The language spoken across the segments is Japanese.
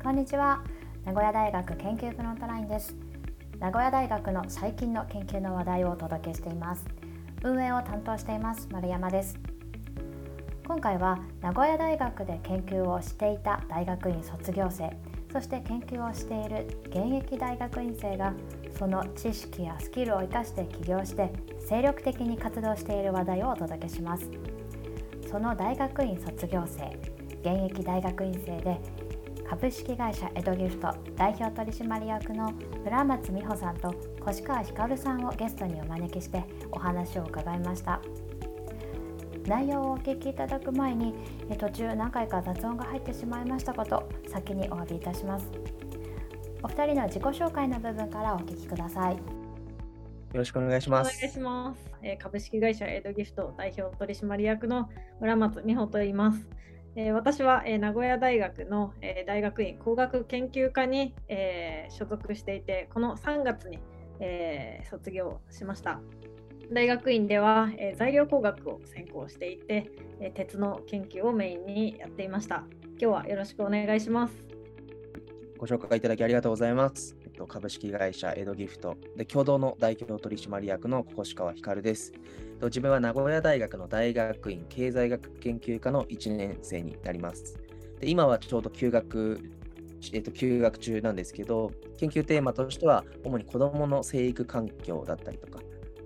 こんにちは。名古屋大学研究フロントラインです。名古屋大学の最近の研究の話題をお届けしています。運営を担当しています丸山です。今回は名古屋大学で研究をしていた大学院卒業生、そして研究をしている現役大学院生がその知識やスキルを生かして起業して精力的に活動している話題をお届けします。その大学院卒業生、現役大学院生で株式会社エドギフト代表取締役の村松美穂さんと越川光さんをゲストにお招きしてお話を伺いました。内容をお聞きいただく前に途中何回か雑音が入ってしまいましたこと先にお詫びいたします。お二人の自己紹介の部分からお聞きください。よろしくお願いします。 お願いします。株式会社エドギフト代表取締役の村松美穂と言います。私は名古屋大学の大学院工学研究科に所属していて、この3月に卒業しました。大学院では材料工学を専攻していて、鉄の研究をメインにやっていました。今日はよろしくお願いします。 ご紹介いただきありがとうございます。株式会社エドギフトで共同の代表取締役の越川光です。自分は名古屋大学の大学院経済学研究科の1年生になります。で今はちょうど休学中なんですけど、研究テーマとしては主に子どもの生育環境だったりとか、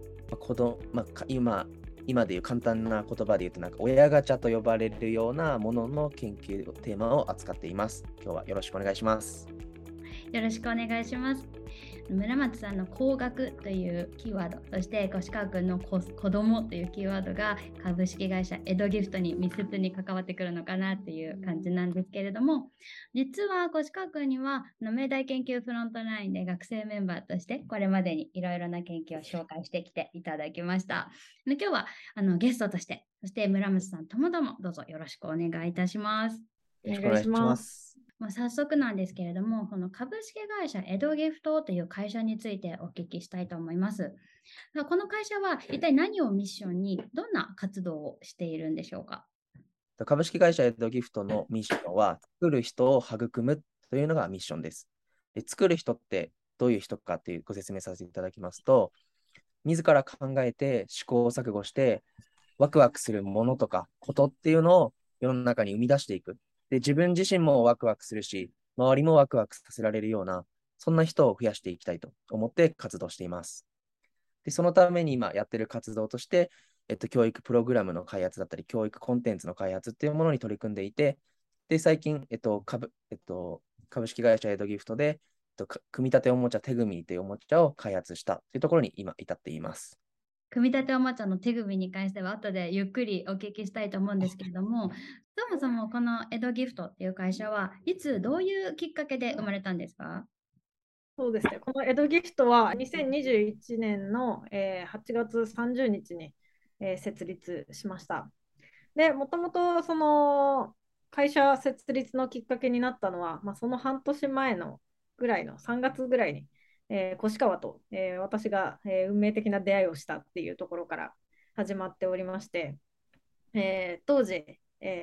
今でいう簡単な言葉で言うと親ガチャと呼ばれるようなものの研究テーマを扱っています。今日はよろしくお願いします。 よろしくお願いします。村松さんの工学というキーワード、そして越川君の子供というキーワードが株式会社エドギフトに密接に関わってくるのかなっていう感じなんですけれども、実は越川君には明大研究フロントラインで学生メンバーとしてこれまでにいろいろな研究を紹介してきていただきました。で今日はゲストとして、そして村松さんともどもどうぞよろしくお願いいたします。 お願いします。 早速なんですけれども、この株式会社エドギフトという会社についてお聞きしたいと思います。この会社は一体何をミッションにどんな活動をしているんでしょうか？ 株式会社エドギフトのミッションは、作る人を育むというのがミッションです。作る人ってどういう人かっていうご説明させていただきますと、自ら考えて試行錯誤してワクワクするものとかことっていうのを世の中に生み出していく。で、自分自身もワクワクするし、周りもワクワクさせられるような、そんな人を増やしていきたいと思って活動しています。で、そのために今やってる活動として、教育プログラムの開発だったり、教育コンテンツの開発っていうものに取り組んでいて、で、最近、株式会社エイドギフトで、組み立ておもちゃテグミというおもちゃを開発したというところに今至っています。 組み立ておもちゃの手組に関しては後でゆっくりお聞きしたいと思うんですけれども、そもそもこのエドギフトっていう会社はいつどういうきっかけで生まれたんですか？ そうですね、このエドギフトは2021年の8月30日に設立しました。で、もともとその会社設立のきっかけになったのは、その半年前のぐらいの3月ぐらいに、越川と、私が、運命的な出会いをしたっていうところから始まっておりまして、当時、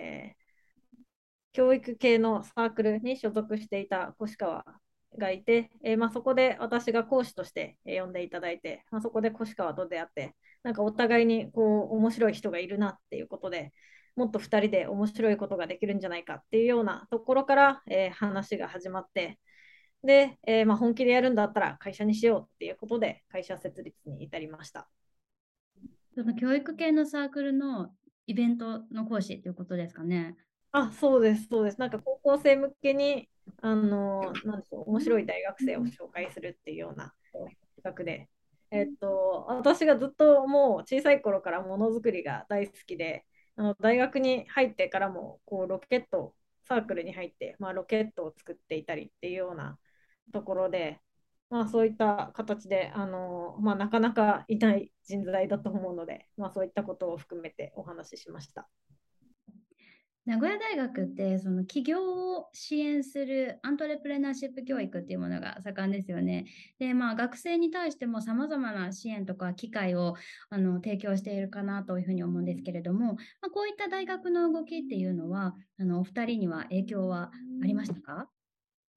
教育系のサークルに所属していた越川がいて、そこで私が講師として、呼んでいただいて、そこで越川と出会って、なんかお互いにこう面白い人がいるなっていうことで、もっと2人で面白いことができるんじゃないかっていうようなところから、話が始まって、で、本気でやるんだったら会社にしようっていうことで会社設立に至りました。 その教育系のサークルのイベントの講師ということですかね？ そうです、そうです。なんか高校生向けに、なんでしょう、面白い大学生を紹介するっていうような企画で、私がずっともう小さい頃からものづくりが大好きで、大学に入ってからもこうロケットサークルに入って、ロケットを作っていたりっていうようなところで、そういった形で、なかなかいない人材だと思うので、そういったことを含めてお話ししました。 名古屋大学ってその起業を支援するアントレプレナーシップ教育っていうものが盛んですよね。で、学生に対しても様々な支援とか機会を提供しているかなというふうに思うんですけれども、こういった大学の動きっていうのはお二人には影響はありましたか？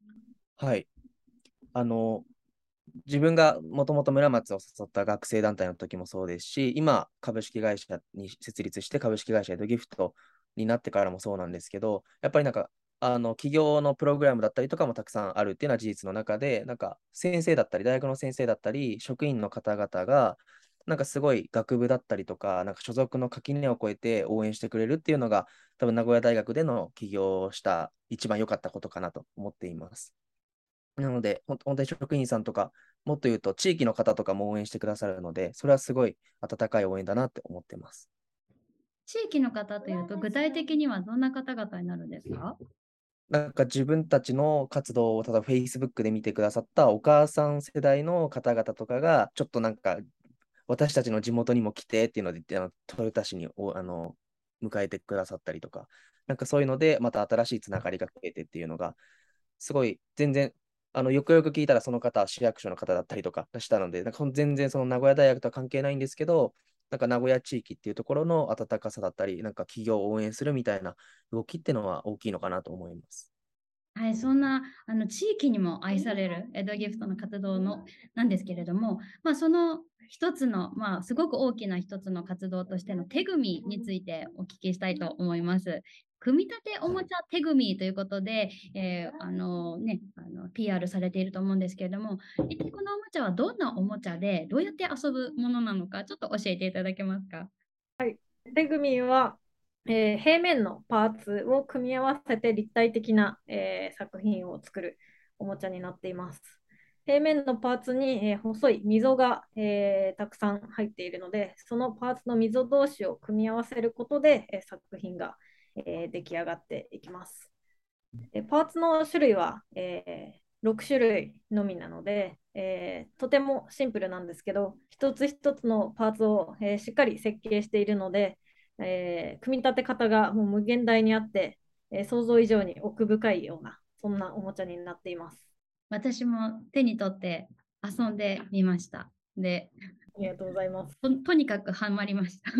はい。あの、自分がもともと村松を誘った学生団体の時もそうですし、今、株式会社に設立して株式会社エドギフトになってからもそうなんですけど、やっぱりなんか、企業のプログラムだったりとかもたくさんあるっていうのは事実の中で、なんか先生だったり、大学の先生だったり、職員の方々が、なんかすごい学部だったりとか、なんか所属の垣根を越えて応援してくれるっていうのが、多分名古屋大学での起業をした一番良かったことかなと思っています。なので、本当に職員さんとか、もっと言うと地域の方とかも応援してくださるので、それはすごい温かい応援だなって思ってます。 地域の方というと、具体的にはどんな方々になるんですか？ なんか自分たちの活動を、ただ Facebook で見てくださったお母さん世代の方々とかが、ちょっとなんか、私たちの地元にも来てっていうので、豊田市に迎えてくださったりとか、なんかそういうので、また新しいつながりが増えてっていうのが、すごい、全然、よくよく聞いたら、その方は市役所の方だったりとかしたので、なんか全然その名古屋大学とは関係ないんですけど、なんか名古屋地域っていうところの温かさだったり、なんか企業を応援するみたいな動きっていうのは大きいのかなと思います。 はい、そんな地域にも愛されるエドギフトの活動のなんですけれども、その一つの、すごく大きな一つの活動としての手組みについてお聞きしたいと思います。組み立ておもちゃ手組みということで、PR されていると思うんですけれども、一体このおもちゃはどんなおもちゃで、どうやって遊ぶものなのか、ちょっと教えていただけますか？ 手組みは、平面のパーツを組み合わせて立体的な、作品を作るおもちゃになっています。平面のパーツに、細い溝が、たくさん入っているので、そのパーツの溝同士を組み合わせることで、作品が、出来上がっていきます。パーツの種類は、6種類のみなので、とてもシンプルなんですけど、一つ一つのパーツを、しっかり設計しているので、組み立て方がもう無限大にあって、想像以上に奥深いような、そんなおもちゃになっています。 私も手に取って遊んでみました。で、 ありがとうございます。 とにかくハマりました。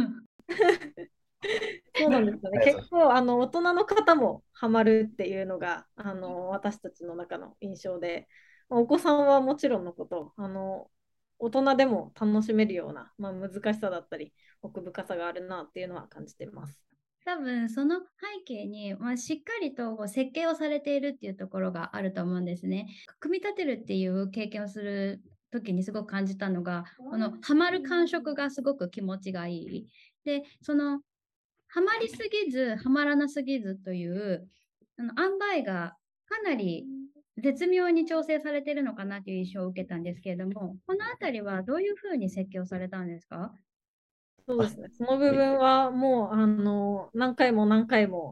そうなんですよね。結構大人の方もハマるっていうのが私たちの中の印象で、お子さんはもちろんのこと大人でも楽しめるような、難しさだったり奥深さがあるなっていうのは感じています。 多分その背景に、しっかりと設計をされているっていうところがあると思うんですね。組み立てるっていう経験をする時にすごく感じたのが、このハマる感触がすごく気持ちがいい。で、そのハマりすぎず、ハマらなすぎずという塩梅がかなり絶妙に調整されているのかなという印象を受けたんですけれども、このあたりはどういうふうに設計をされたんですか？ そうであ、 すね。その部分はもう何回も何回も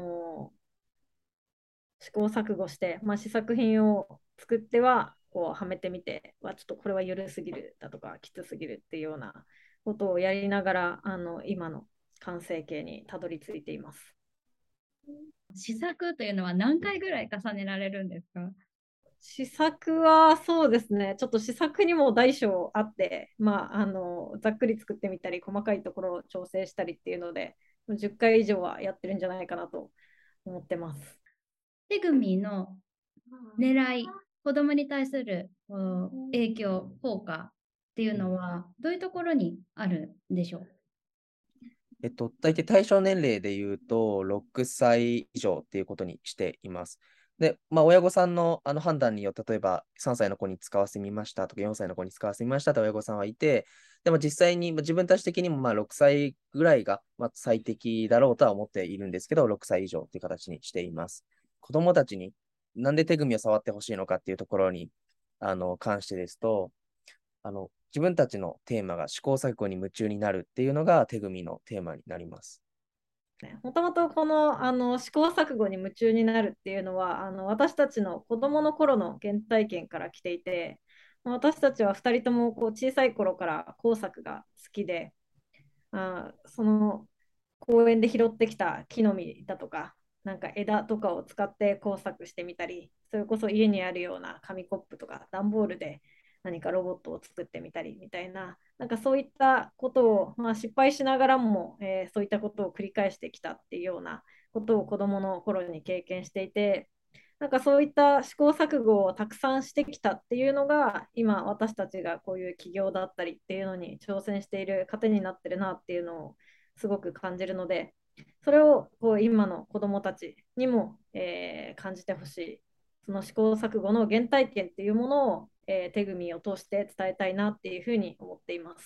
試行錯誤して、試作品を作ってはこうはめてみて、ちょっとこれは緩すぎるだとかきつすぎるっていうようなことをやりながら今の完成形にたどり着いています。 試作というのは何回ぐらい重ねられるんですか？ 試作はそうですね、ちょっと試作にも大小あって、ざっくり作ってみたり、細かいところを調整したりっていうので、10回以上はやってるんじゃないかなと思ってます。 手組の狙い、子供に対する影響、効果っていうのはどういうところにあるんでしょう？ 大体対象年齢で言うと、6歳以上っていうことにしています。で、親御さんの判断によって、例えば3歳の子に使わせてみましたとか、4歳の子に使わせてみましたと親御さんはいて、でも実際に自分たち的にも6歳ぐらいが最適だろうとは思っているんですけど、6歳以上っていう形にしています。子供たちになんで手組みを触ってほしいのかっていうところに関してですと、自分たちのテーマが試行錯誤に夢中になるっていうのが手組のテーマになります。 もともとこの、試行錯誤に夢中になるっていうのは私たちの子どもの頃の原体験から来ていて、私たちは2人ともこう小さい頃から工作が好きで、その公園で拾ってきた木の実だとか、なんか枝とかを使って工作してみたり、それこそ家にあるような紙コップとか段ボールで何かロボットを作ってみたりみたいな、なんかそういったことを、失敗しながらも、そういったことを繰り返してきたっていうようなことを子どもの頃に経験していて、 なんかそういった試行錯誤をたくさんしてきたっていうのが、今私たちがこういう起業だったりっていうのに挑戦している糧になってるなっていうのをすごく感じるので、それをこう今の子どもたちにも、感じてほしい。その試行錯誤の原体験っていうものを、手組を通して伝えたいなっていうふうに思っています。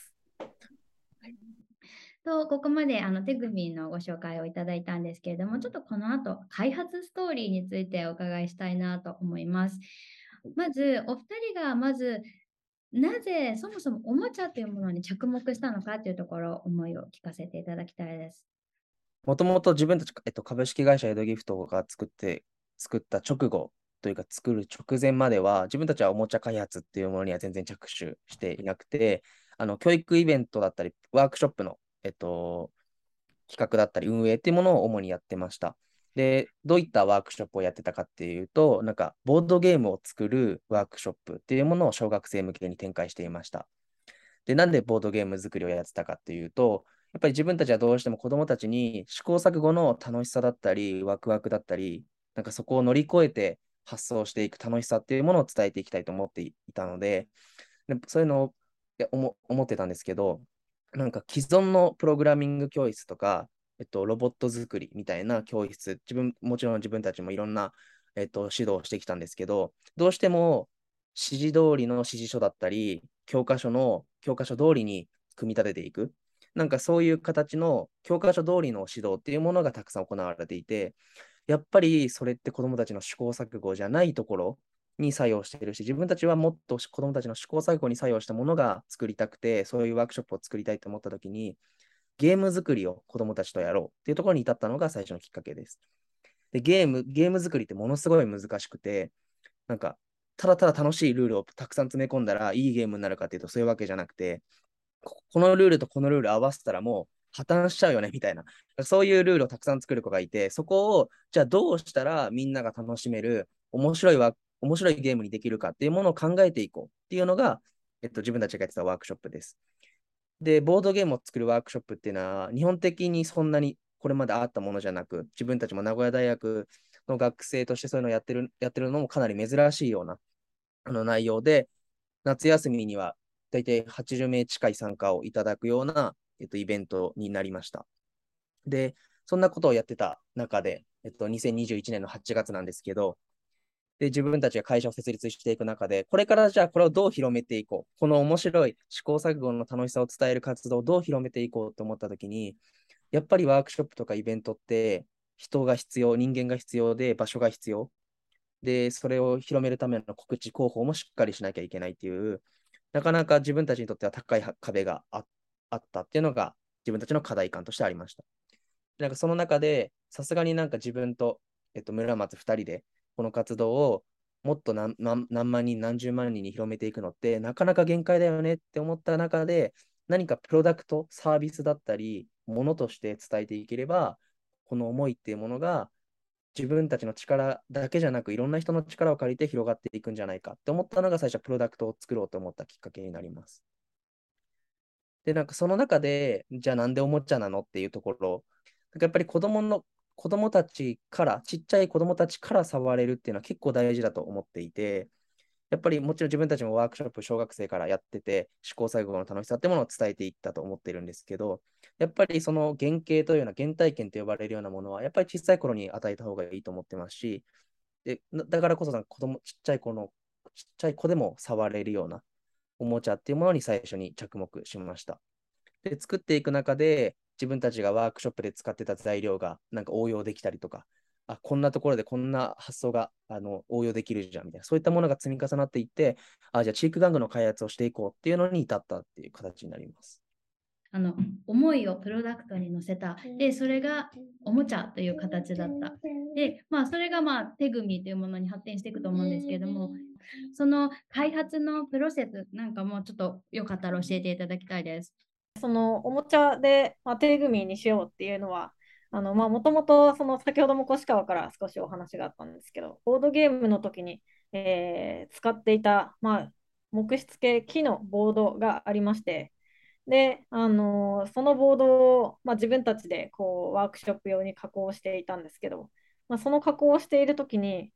とここまで手組のご紹介をいただいたんですけれども、ちょっとこの後開発ストーリーについてお伺いしたいなと思います。まずお二人がなぜそもそもおもちゃというものに着目したのかというところ、思いを聞かせていただきたいです。 もともと自分たち、株式会社エドギフトが作った直後というか作る直前までは、自分たちはおもちゃ開発っていうものには全然着手していなくて、教育イベントだったり、ワークショップの、企画だったり運営っていうものを主にやってました。で、どういったワークショップをやってたかっていうと、なんか、ボードゲームを作るワークショップっていうものを小学生向けに展開していました。で、なんでボードゲーム作りをやってたかっていうと、やっぱり自分たちはどうしても子供たちに試行錯誤の楽しさだったり、ワクワクだったり、なんかそこを乗り越えて発想していく楽しさっていうものを伝えていきたいと思っていたので、そういうのを思ってたんですけど、なんか既存のプログラミング教室とか、ロボット作りみたいな教室、もちろん自分たちもいろんな、指導をしてきたんですけど、どうしても指示通りの指示書だったり、教科書通りに組み立てていく。なんかそういう形の教科書通りの指導っていうものがたくさん行われていて、やっぱりそれって子どもたちの試行錯誤じゃないところに作用しているし、自分たちはもっと子どもたちの試行錯誤に作用したものが作りたくて、そういうワークショップを作りたいと思ったときに、ゲーム作りを子どもたちとやろうっていうところに至ったのが最初のきっかけです。で、ゲーム作りってものすごい難しくて、なんか、ただただ楽しいルールをたくさん詰め込んだらいいゲームになるかっていうとそういうわけじゃなくて、このルールとこのルール合わせたらもう破綻しちゃうよねみたいな、そういうルールをたくさん作る子がいて、そこをじゃあどうしたらみんなが楽しめる面白いゲームにできるかっていうものを考えていこうっていうのが、自分たちがやってたワークショップです。で、ボードゲームを作るワークショップっていうのは、日本的にそんなにこれまであったものじゃなく、自分たちも名古屋大学の学生としてそういうのをやってるのもかなり珍しいような内容で、夏休みには大体80名近い参加をいただくような、イベントになりました。で、そんなことをやってた中で、2021年の8月なんですけど、で、自分たちが会社を設立していく中で、これからじゃあこれをどう広めていこう。この面白い試行錯誤の楽しさを伝える活動をどう広めていこうと思ったときに、やっぱりワークショップとかイベントって人が必要、人間が必要で場所が必要。で、それを広めるための告知広報もしっかりしなきゃいけないっていう、なかなか自分たちにとっては高い壁があったっていうのが自分たちの課題感としてありました。なんかその中で、さすがになんか自分と、村松2人でこの活動をもっと何万人、何十万人に広めていくのってなかなか限界だよねって思った中で、何かプロダクト、サービスだったり、ものとして伝えていければ、この思いっていうものが自分たちの力だけじゃなく、いろんな人の力を借りて広がっていくんじゃないかって思ったのが最初、プロダクトを作ろうと思ったきっかけになります。で、なんかその中で、じゃあなんでおもちゃなのっていうところ、なんかやっぱり子供たちから、ちっちゃい子供たちから触れるっていうのは結構大事だと思っていて、やっぱりもちろん自分たちもワークショップ小学生からやってて、試行錯誤の楽しさってものを伝えていったと思ってるんですけど、やっぱりその原型というような原体験と呼ばれるようなものは、やっぱり小さい頃に与えた方がいいと思ってますし、だからこそちっちゃい子でも触れるようなおもちゃっていうものに最初に着目しました。で、作っていく中で、自分たちがワークショップで使ってた材料がなんか応用できたりとか、こんなところでこんな発想が応用できるじゃんみたいな、そういったものが積み重なっていって、じゃあチーク玩具の開発をしていこうっていうのに至ったっていう形になります。 あの思いをプロダクトに乗せた。で、それがおもちゃという形だった。で、それが手組というものに発展していくと思うんですけれども、その開発のプロセスなんかもちょっとよかったら教えていただきたいです。 そのおもちゃで、手組にしようっていうのは、もともと先ほども越川から少しお話があったんですけど、ボードゲームの時に、使っていた、木質系木のボードがありまして、で、そのボードを、自分たちでこうワークショップ用に加工していたんですけど、その加工をしている時に、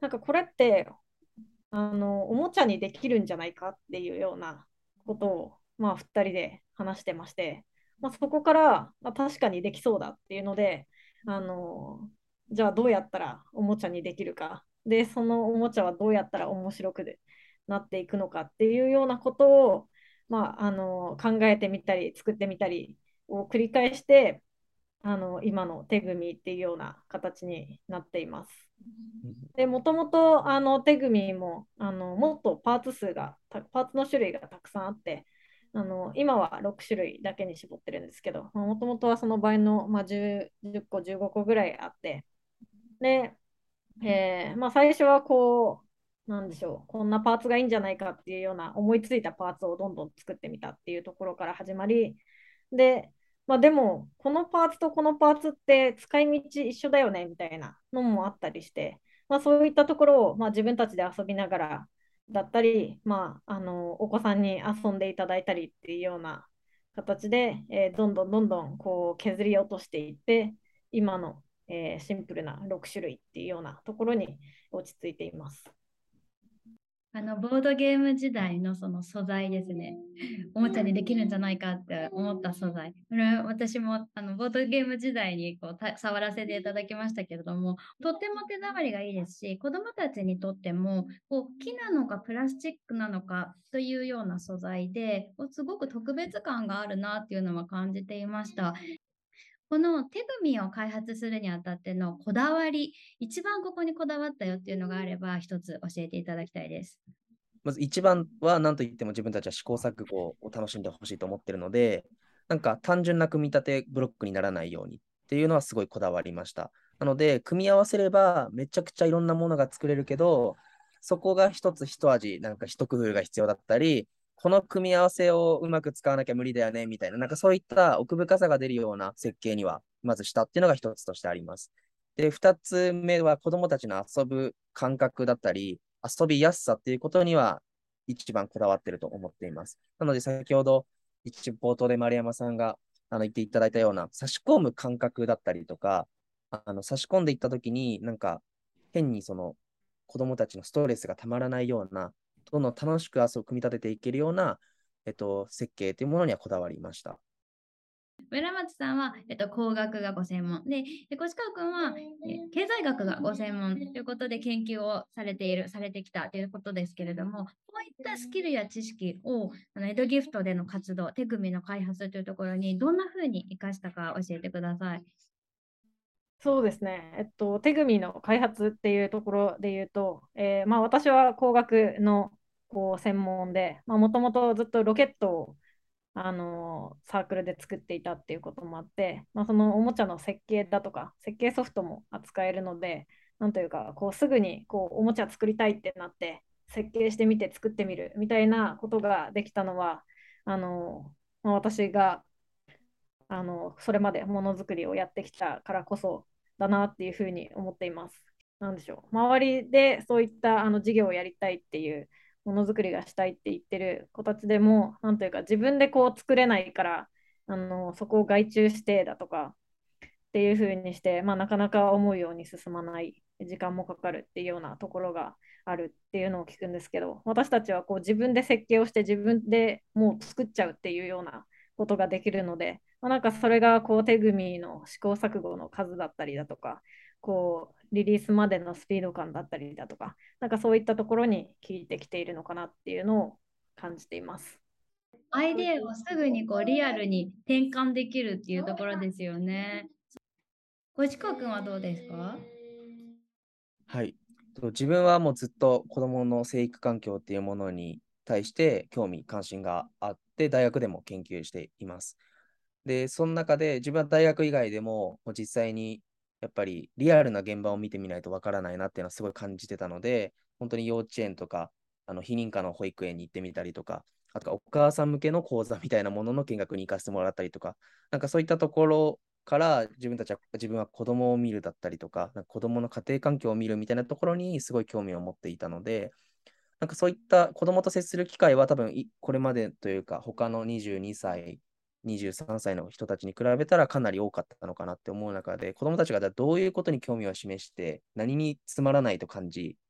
なんかこれっておもちゃにできるんじゃないかっていうようなことを、まあ、2人で話してまして、まあ、そこから、まあ、確かにできそうだっていうので、あのじゃあどうやったらおもちゃにできるか、で、そのおもちゃはどうやったら面白くなっていくのかっていうようなことを、まあ、考えてみたり、作ってみたりを繰り返して、今の手組みっていうような形になっています。で、もともと手組みももっとパーツの種類がたくさんあって、今は6種類だけに絞ってるんですけど、もともとはその倍の、まあ、10個、15個ぐらいあって、で、まあ、最初はこう、なんでしょう、こんなパーツがいいんじゃないかっていうような思いついたパーツをどんどん作ってみたっていうところから始まり、で、まあ、でも、このパーツとこのパーツって使い道一緒だよねみたいなのもあったりして、まあ、そういったところを、まあ、自分たちで遊びながらだったり、まあ、お子さんに遊んでいただいたりっていうような形で、どんどんどんどんこう削り落としていって、今のシンプルな6種類っていうようなところに落ち着いています。 ボードゲーム時代のその素材ですね。おもちゃにできるんじゃないかって思った素材。これ私もボードゲーム時代に触らせていただきましたけれども、とっても手触りがいいですし、子どもたちにとっても木なのかプラスチックなのかというような素材ですごく特別感があるなっていうのは感じていました。この手組みを開発するにあたってのこだわり、一番ここにこだわったよっていうのがあれば、一つ教えていただきたいです。 まず一番は何と言っても自分たちは試行錯誤を楽しんでほしいと思ってるので、なんか単純な組み立てブロックにならないようにっていうのはすごいこだわりました。なので、組み合わせればめちゃくちゃいろんなものが作れるけど、そこが一つ一味、なんか一工夫が必要だったり、この組み合わせをうまく使わなきゃ無理だよねみたいな、なんかそういった奥深さが出るような設計にはまずしたっていうのが一つとしてあります。で、二つ目は子供たちの遊ぶ感覚だったり、遊びやすさっていうことには一番こだわってると思っています。なので、先ほど冒頭で丸山さんが言っていただいたような差し込む感覚だったりとか、差し込んでいったときに、なんか変にその子供たちのストレスがたまらないような、どんどん楽しく組み立てていけるような、設計というものにはこだわりました。 村松さんは、工学がご専門で、越川君は、経済学がご専門ということで研究をされてきたということですけれども、こういったスキルや知識を江戸ギフトでの活動、手組みの開発というところにどんなふうに生かしたか教えてください。 そうですね、手組みの開発っていうところで言うと、まあ、私は工学の専門で、もともとずっとロケットをサークルで作っていたっていうこともあって、まあ、そのおもちゃの設計だとか設計ソフトも扱えるので、なんというかすぐにおもちゃ作りたいってなって設計してみて作ってみるみたいなことができたのはまあ、私がそれまでものづくりをやってきたからこそだなっていうふうに思っています。なんでしょう、周りでそういった事業をやりたいっていうものづくりがしたいって言ってる子たちでも、なんというか自分で作れないからそこを外注してだとかっていう風にして、まあ、なかなか思うように進まない時間もかかるっていうようなところがあるっていうのを聞くんですけど、私たちは自分で設計をして自分でもう作っちゃうっていうようなことができるので、まあ、なんかそれが手組みの試行錯誤の数だったりだとか、リリースまでのスピード感だったりだとか、なんかそういったところに効いてきているのかなっていうのを感じています。 アイデアをすぐにリアルに転換できるっていうところですよね。越川君はどうですか？ はい。自分はもうずっと子供の生育環境っていうものに対して興味、関心があって、大学でも研究しています。で、その中で自分は大学以外でも実際にやっぱりリアルな現場を見てみないとわからないなっていうのはすごい感じてたので、本当に幼稚園とか、避妊科の保育園に行ってみたりとか、あとはお母さん向けの講座みたいなものの見学に行かせてもらったりとか、なんかそういったところから自分は子供を見るだったりとか、なんか子供の家庭環境を見るみたいなところにすごい興味を持っていたので、なんかそういった子供と接する機会は多分これまでというか他の22歳、23歳の人たちに比べたらかなり多かったのかなって思う中で、子供たちがどういうことに興味を示して、何につまらないと感じ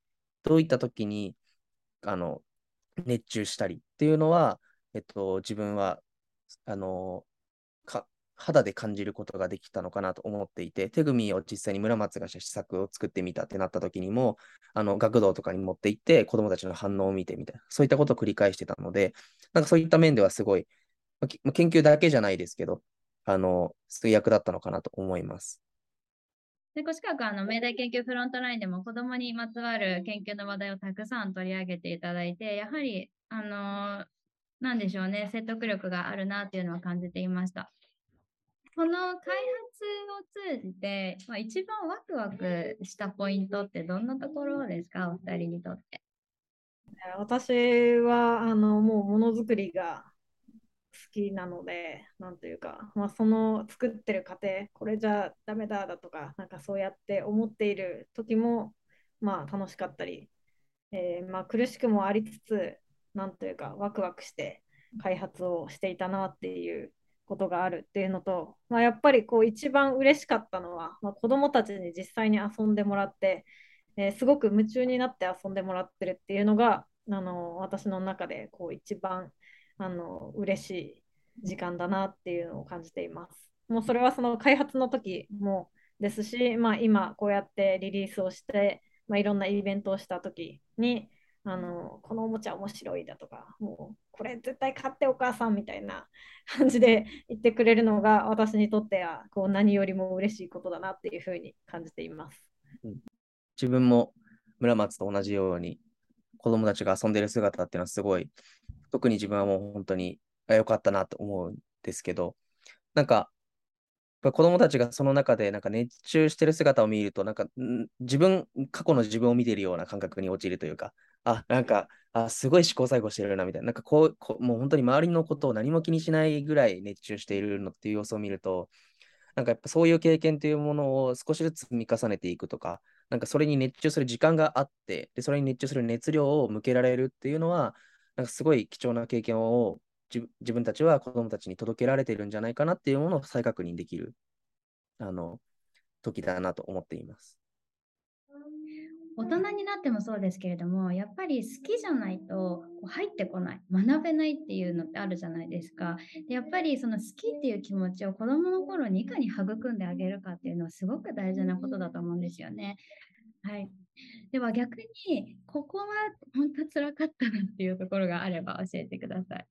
どういった時にあの熱中したりっていうのは、自分はあのか肌で感じることができたのかなと思っていて、手組を実際に村松が試作を作ってみたってなった時にも、学童とかに持って行って子どもたちの反応を見てみたいな、そういったことを繰り返してたので、なんかそういった面ではすごい、研究だけじゃないですけど、すごい役立ったのかなと思います。 で、越川君、明大研究フロントラインでも子どもにまつわる研究の話題をたくさん取り上げていただいて、やはり、なんでしょうね、説得力があるなっていうのは感じていました。この開発を通じて、一番ワクワクしたポイントってどんなところですか、お二人にとって。 私はもうものづくりが好きなので、なんというか、その作ってる過程、これじゃダメだとか、なんかそうやって思っている時も、楽しかったり、苦しくもありつつ、なんというか、ワクワクして開発をしていたなっていうことがあるっていうのと、やっぱりこう一番嬉しかったのは、子どもたちに実際に遊んでもらって、すごく夢中になって遊んでもらってるっていうのが、私の中でこう一番嬉しい時間だなっていうのを感じています。もうそれはその開発の時もですし、今こうやってリリースをして、いろんなイベントをした時にこのおもちゃ面白いだとか、もうこれ絶対買ってお母さんみたいな感じで言ってくれるのが私にとってはこう何よりも嬉しいことだなっていうふうに感じています。 自分も村松と同じように子供たちが遊んでる姿っていうのはすごい、特に自分はもう本当に良かったなと思うんですけど、なんか子供たちがその中でなんか熱中してる姿を見ると、なんか過去の自分を見ているような感覚に陥るというか、すごい試行錯誤してるなみたいな、なんかもう本当に周りのことを何も気にしないぐらい熱中しているのっていう様子を見ると、なんかやっぱそういう経験というものを少しずつ積み重ねていくとか、なんかそれに熱中する時間があって、で、それに熱中する熱量を向けられるっていうのは、なんかすごい貴重な経験を自分たちは子供たちに届けられてるんじゃないかなっていうものを再確認できる、あの、時だなと思っています。 大人になってもそうですけれども、やっぱり好きじゃないとこう入ってこない、学べないっていうのってあるじゃないですか。でやっぱりその好きっていう気持ちを子どもの頃にいかに育んであげるかっていうのはすごく大事なことだと思うんですよね。はい。では逆に、ここは本当辛かったなっていうところがあれば教えてください。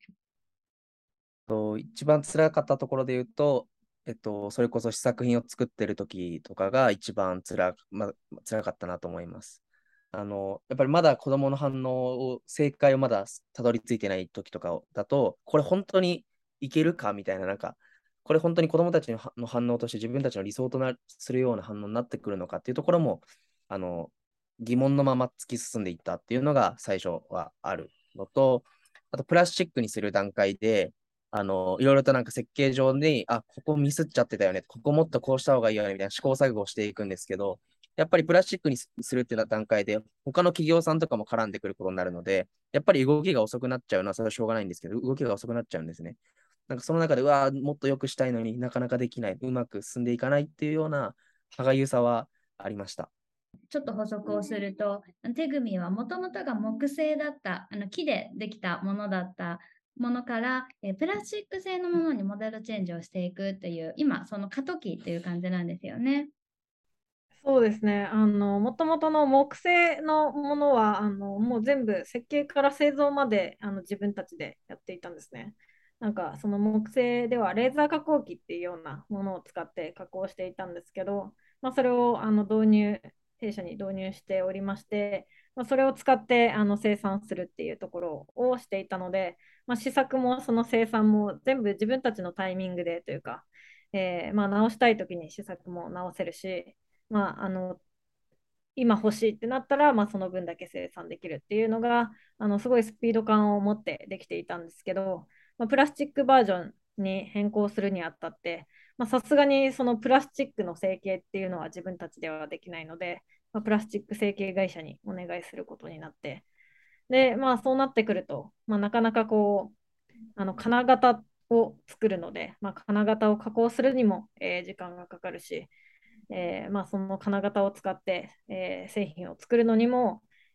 一番辛かったところで言うと、それこそ試作品を作ってる時とかが一番辛かったなと思います。やっぱりまだ子供の反応正解をまだたどり着いてない時とかだと、これ本当にいけるかみたいな、なんか、これ本当に子供たちの反応として自分たちの理想とするような反応になってくるのかっていうところも、疑問のまま突き進んでいったっていうのが最初はあるのと、あとプラスチックにする段階で、いろいろとなんか設計上に、ここミスっちゃってたよね、ここもっとこうした方がいいよね、みたいな試行錯誤をしていくんですけど、やっぱりプラスチックにするっていう段階で、他の企業さんとかも絡んでくることになるので、やっぱり動きが遅くなっちゃうのは、それはしょうがないんですけど、動きが遅くなっちゃうんですね。なんかその中で、もっと良くしたいのになかなかできない、うまく進んでいかないっていうような歯がゆさはありました。 ちょっと補足をすると、手組はもともとが木製だった、木でできたものだったものから、プラスチック製のものにモデルチェンジをしていくという、今、その過渡期という感じなんですよね。 そうですね。もともとの木製のものは、もう全部設計から製造まで自分たちでやっていたんですね。なんかその木製ではレーザー加工機っていうようなものを使って加工していたんですけど、それを弊社に導入しておりまして、それを使って生産するっていうところをしていたので、試作もその生産も全部自分たちのタイミングでというか、直したい時に試作も直せるし、まあ、あの今欲しいってなったら、その分だけ生産できるっていうのがすごいスピード感を持ってできていたんですけど、プラスチックバージョンに変更するにあたってさすがにそのプラスチックの成形っていうのは自分たちではできないので、プラスチック成形会社にお願いすることになって、で、そうなってくると、なかなかこう金型を作るので、金型を加工するにも、時間がかかるし、その金型を使って、製品を作るのにも、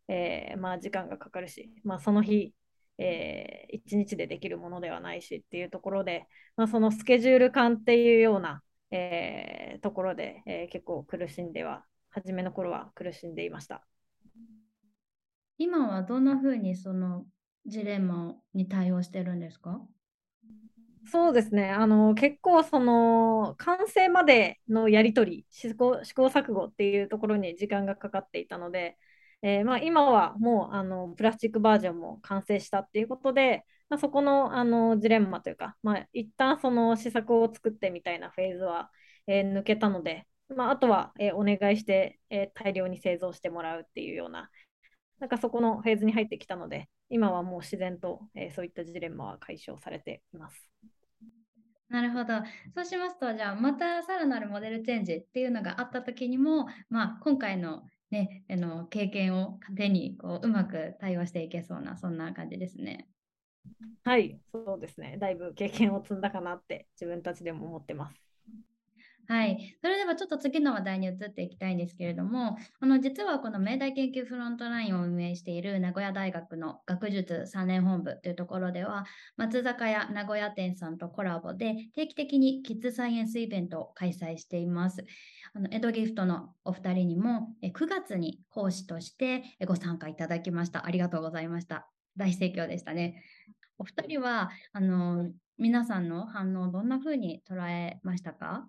時間がかかるし、その日、一日でできるものではないしっていうところで、そのスケジュール感っていうような、ところで、結構苦しんでは、初めの頃は苦しんでいました。 今はどんなふうにそのジレンマに対応してるんですか？ そうですね。結構その完成までのやり取り、試行錯誤っていうところに時間がかかっていたので、今はもうプラスチックバージョンも完成したっていうことで、そこの、ジレンマというか、一旦その試作を作ってみたいなフェーズは、抜けたので、あとは、お願いして、大量に製造してもらうっていうような、なんかそこのフェーズに入ってきたので、今はもう自然と、そういったジレンマは解消されています。 なるほど。そうしますと、じゃあまたさらなるモデルチェンジっていうのがあった時にも、今回のね、経験を糧にうまく対応していけそうな、そんな感じですね。 はい、そうですね。だいぶ経験を積んだかなって自分たちでも思ってます。 はい。それではちょっと次の話題に移っていきたいんですけれども、実はこの明大研究フロントラインを運営している名古屋大学の学術3年本部というところでは、松坂屋名古屋店さんとコラボで定期的にキッズサイエンスイベントを開催しています。エドギフトのお二人にも9月に講師としてご参加いただきました。ありがとうございました。大盛況でしたね。お二人は皆さんの反応をどんな風に捉えましたか？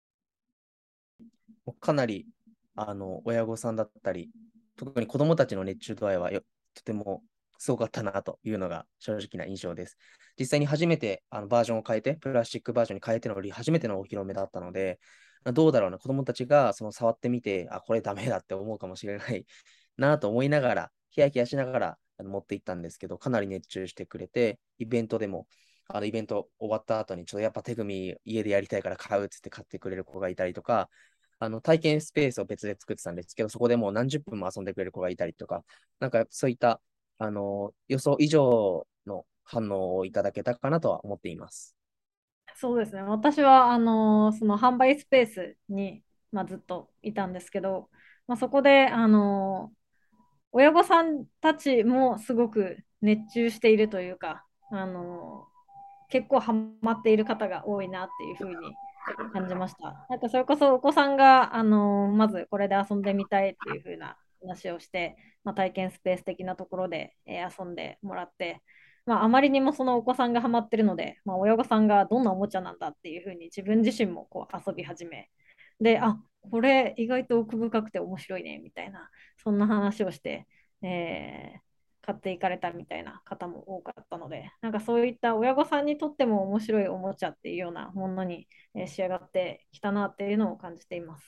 かなり、親御さんだったり、特に子供たちの熱中度合いはとてもすごかったなというのが正直な印象です。実際に初めてバージョンを変えて、プラスチックバージョンに変えての初めてのお披露目だったので、どうだろうな、子供たちがその触ってみて、これダメだって思うかもしれないなと思いながら、ヒヤヒヤしながら持っていったんですけど、かなり熱中してくれて、イベントでも、イベント終わった後に、ちょっとやっぱ手組家でやりたいから買うっつって買ってくれる子がいたりとか、体験スペースを別で作ってたんですけど、そこでもう何十分も遊んでくれる子がいたりとか、なんかそういった、予想以上の反応をいただけたかなとは思っています。 そうですね。私はその販売スペースに、ずっといたんですけど、そこで親御さんたちもすごく熱中しているというか、結構ハマっている方が多いなっていうふうに感じました。なんかそれこそお子さんが、まずこれで遊んでみたいっていうふうな話をして、体験スペース的なところで、遊んでもらって、あまりにもそのお子さんがハマってるので、親御さんがどんなおもちゃなんだっていうふうに自分自身もこう遊び始め、で、これ意外と奥深くて面白いねみたいな、そんな話をして、買っていかれたみたいな方も多かったので、なんかそういった親御さんにとっても面白いおもちゃっていうようなものに仕上がってきたなっていうのを感じています。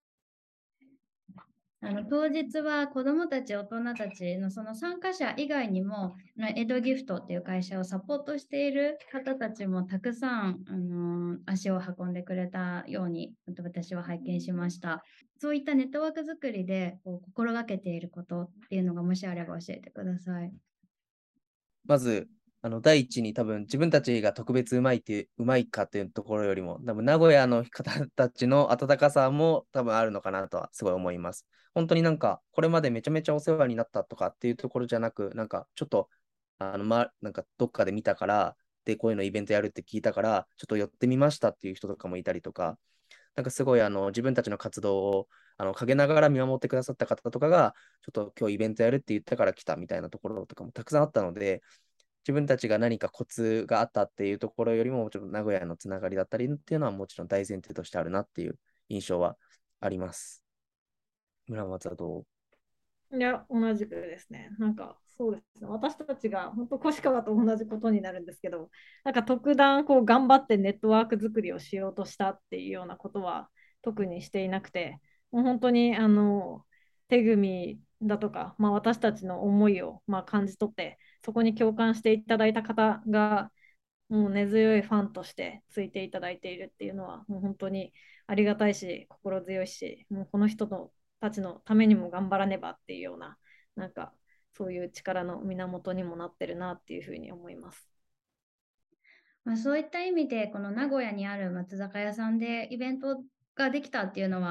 当日は子どもたち、大人たちのその参加者以外にも、エドギフトっていう会社をサポートしている方たちもたくさん、足を運んでくれたように私は拝見しました。そういったネットワーク作りで心がけていることっていうのがもしあれば教えてください。 まず、第一に多分自分たちが特別うまいかっていうところよりも、多分名古屋の方たちの温かさも多分あるのかなとはすごい思います。本当になんか、これまでめちゃめちゃお世話になったとかっていうところじゃなく、なんかちょっと、なんかどっかで見たから、で、こういうのイベントやるって聞いたから、ちょっと寄ってみましたっていう人とかもいたりとか、なんかすごい自分たちの活動を陰ながら見守ってくださった方とかが、ちょっと今日イベントやるって言ったから来たみたいなところとかもたくさんあったので、自分たちが何かコツがあったっていうところよりも、ちょっと名古屋のつながりだったりっていうのはもちろん大前提としてあるなっていう印象はあります。村松はどう？ いや、同じくですね。なんか、そうですね。私たちが本当、越川と同じことになるんですけど、なんか特段こう頑張ってネットワーク作りをしようとしたっていうようなことは特にしていなくて、もう本当に手組だとか、私たちの思いを感じ取って、そこに共感していただいた方が、もう根強いファンとしてついていただいているっていうのは、もう本当にありがたいし、心強いし、もうこの人たちのためにも頑張らねばっていうような、なんかそういう力の源にもなってるなっていうふうに思います。 そういった意味でこの名古屋にある松坂屋さんでイベントができたっていうのは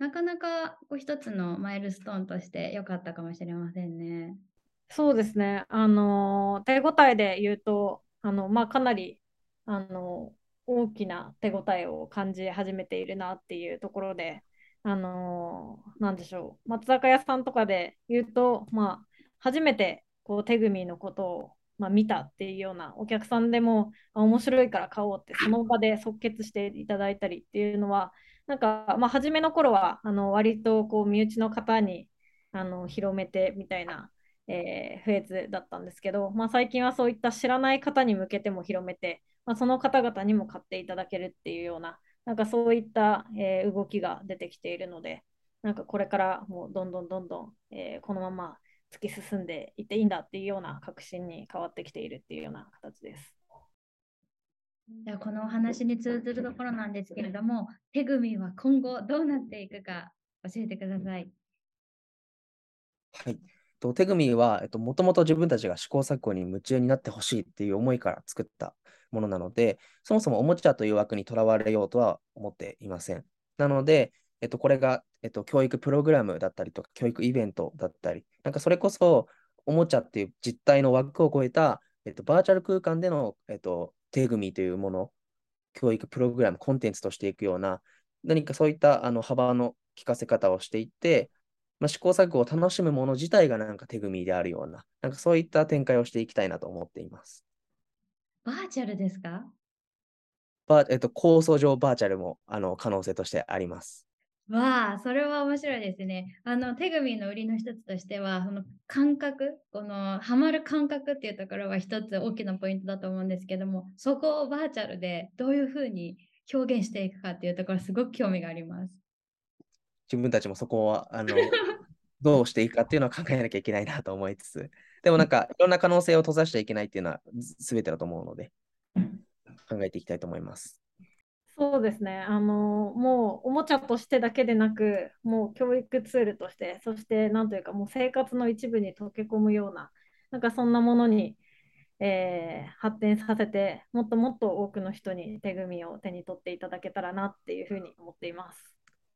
なかなかこう一つのマイルストーンとして良かったかもしれませんね。 そうですね。手応えで言うと、かなり、大きな手応えを感じ始めているなっていうところで、なんでしょう。松坂屋さんとかで言うと、初めてこう手組のことを、見たっていうようなお客さんでも、面白いから買おうってその場で即決していただいたりっていうのは、なんか、初めの頃は割とこう身内の方に広めてみたいな、フェーズだったんですけど、最近はそういった知らない方に向けても広めて、その方々にも買っていただけるっていうような、なんかそういった、動きが出てきているので、なんかこれからもうどんどんどんどん、このまま突き進んでいっていいんだっていうような確信に変わってきているっていうような形です。 ではこのお話に通ずるところなんですけれども、手組は今後どうなっていくか教えてください。 はい。手組は、もともと自分たちが試行錯誤に夢中になってほしいっていう思いから作ったものなので、そもそもおもちゃという枠にとらわれようとは思っていません。なので、これが、教育プログラムだったりとか、教育イベントだったり、なんかそれこそ、おもちゃっていう実体の枠を超えた、バーチャル空間での、手組というもの、教育プログラム、コンテンツとしていくような、何かそういった幅の聞かせ方をしていって、試行錯誤を楽しむもの自体がなんか手組であるような、なんかそういった展開をしていきたいなと思っています。 バーチャルですか？ 構想上バーチャルも可能性としてあります。 わあ、それは面白いですね。手組の売りの一つとしては、その感覚、このハマる感覚っていうところは一つ大きなポイントだと思うんですけども、そこをバーチャルでどういうふうに表現していくかっていうところ、すごく興味があります。 自分たちもそこはどうしていくかっていうのは考えなきゃいけないなと思いつつ、でもなんかいろんな可能性を閉ざしちゃいけないっていうのは全てだと思うので、考えていきたいと思います。 そうですね。もうおもちゃとしてだけでなく、もう教育ツールとして、そしてなんというかもう生活の一部に溶け込むような、なんかそんなものに、発展させて、もっともっと多くの人に手組を手に取っていただけたらなっていうふうに思っています。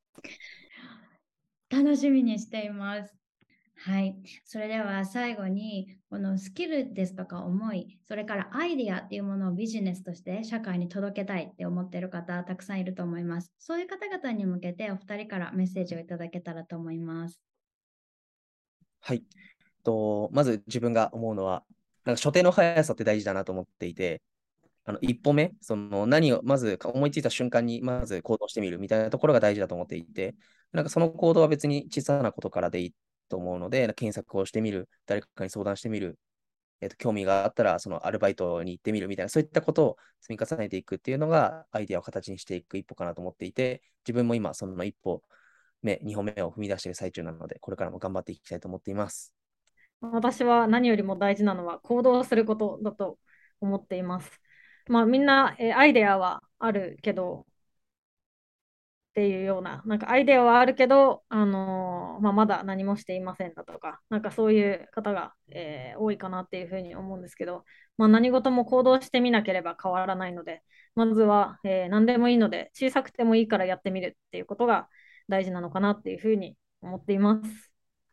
楽しみにしています。はい、それでは最後にこのスキルですとか思い、それからアイデアっていうものをビジネスとして社会に届けたいって思っている方たくさんいると思います。そういう方々に向けてお二人からメッセージをいただけたらと思います。 はい。まず自分が思うのは、なんか所定の速さって大事だなと思っていて、一歩目、何をまず思いついた瞬間にまず行動してみるみたいなところが大事だと思っていて、なんかその行動は別に小さなことからでいいと思うので、検索をしてみる、誰かに相談してみる、興味があったらそのアルバイトに行ってみるみたいな、そういったことを積み重ねていくっていうのがアイデアを形にしていく一歩かなと思っていて、自分も今その一歩目、二歩目を踏み出している最中なので、これからも頑張っていきたいと思っています。 私は何よりも大事なのは行動することだと思っています。みんな、アイデアはあるけどっていうような、なんかアイデアはあるけど、まだ何もしていませんだとか、なんかそういう方が、多いかなっていうふうに思うんですけど、何事も行動してみなければ変わらないので、まずは、何でもいいので、小さくてもいいからやってみるっていうことが大事なのかなっていうふうに思っています。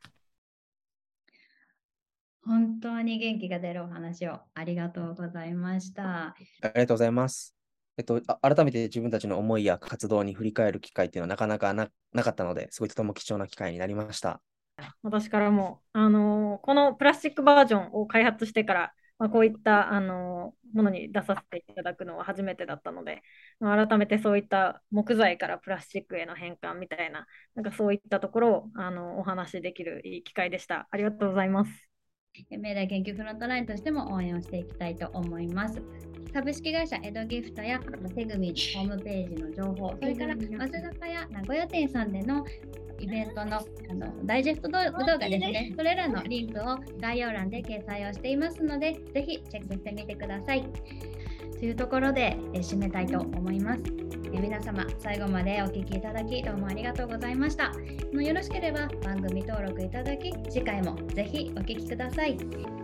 本当に元気が出るお話をありがとうございました。 ありがとうございます。改めて自分たちの思いや活動に振り返る機会っていうのはなかなかなかったので、すごいとても貴重な機会になりました。 私からも、このプラスチックバージョンを開発してから、こういった、ものに出させていただくのは初めてだったので、改めてそういった木材からプラスチックへの変換みたいな、なんかそういったところをお話しできるいい機会でした。ありがとうございます。 明大研究フロントラインとしても応援をしていきたいと思います。株式会社エドギフトや手組ホームページの情報、それから松坂屋名古屋店さんでのイベントのダイジェスト動画ですね、それらのリンクを概要欄で掲載をしていますので、ぜひチェックしてみてください。というところで締めたいと思います。皆様最後までお聞きいただきどうもありがとうございました。よろしければ番組登録いただき、次回もぜひお聞きください。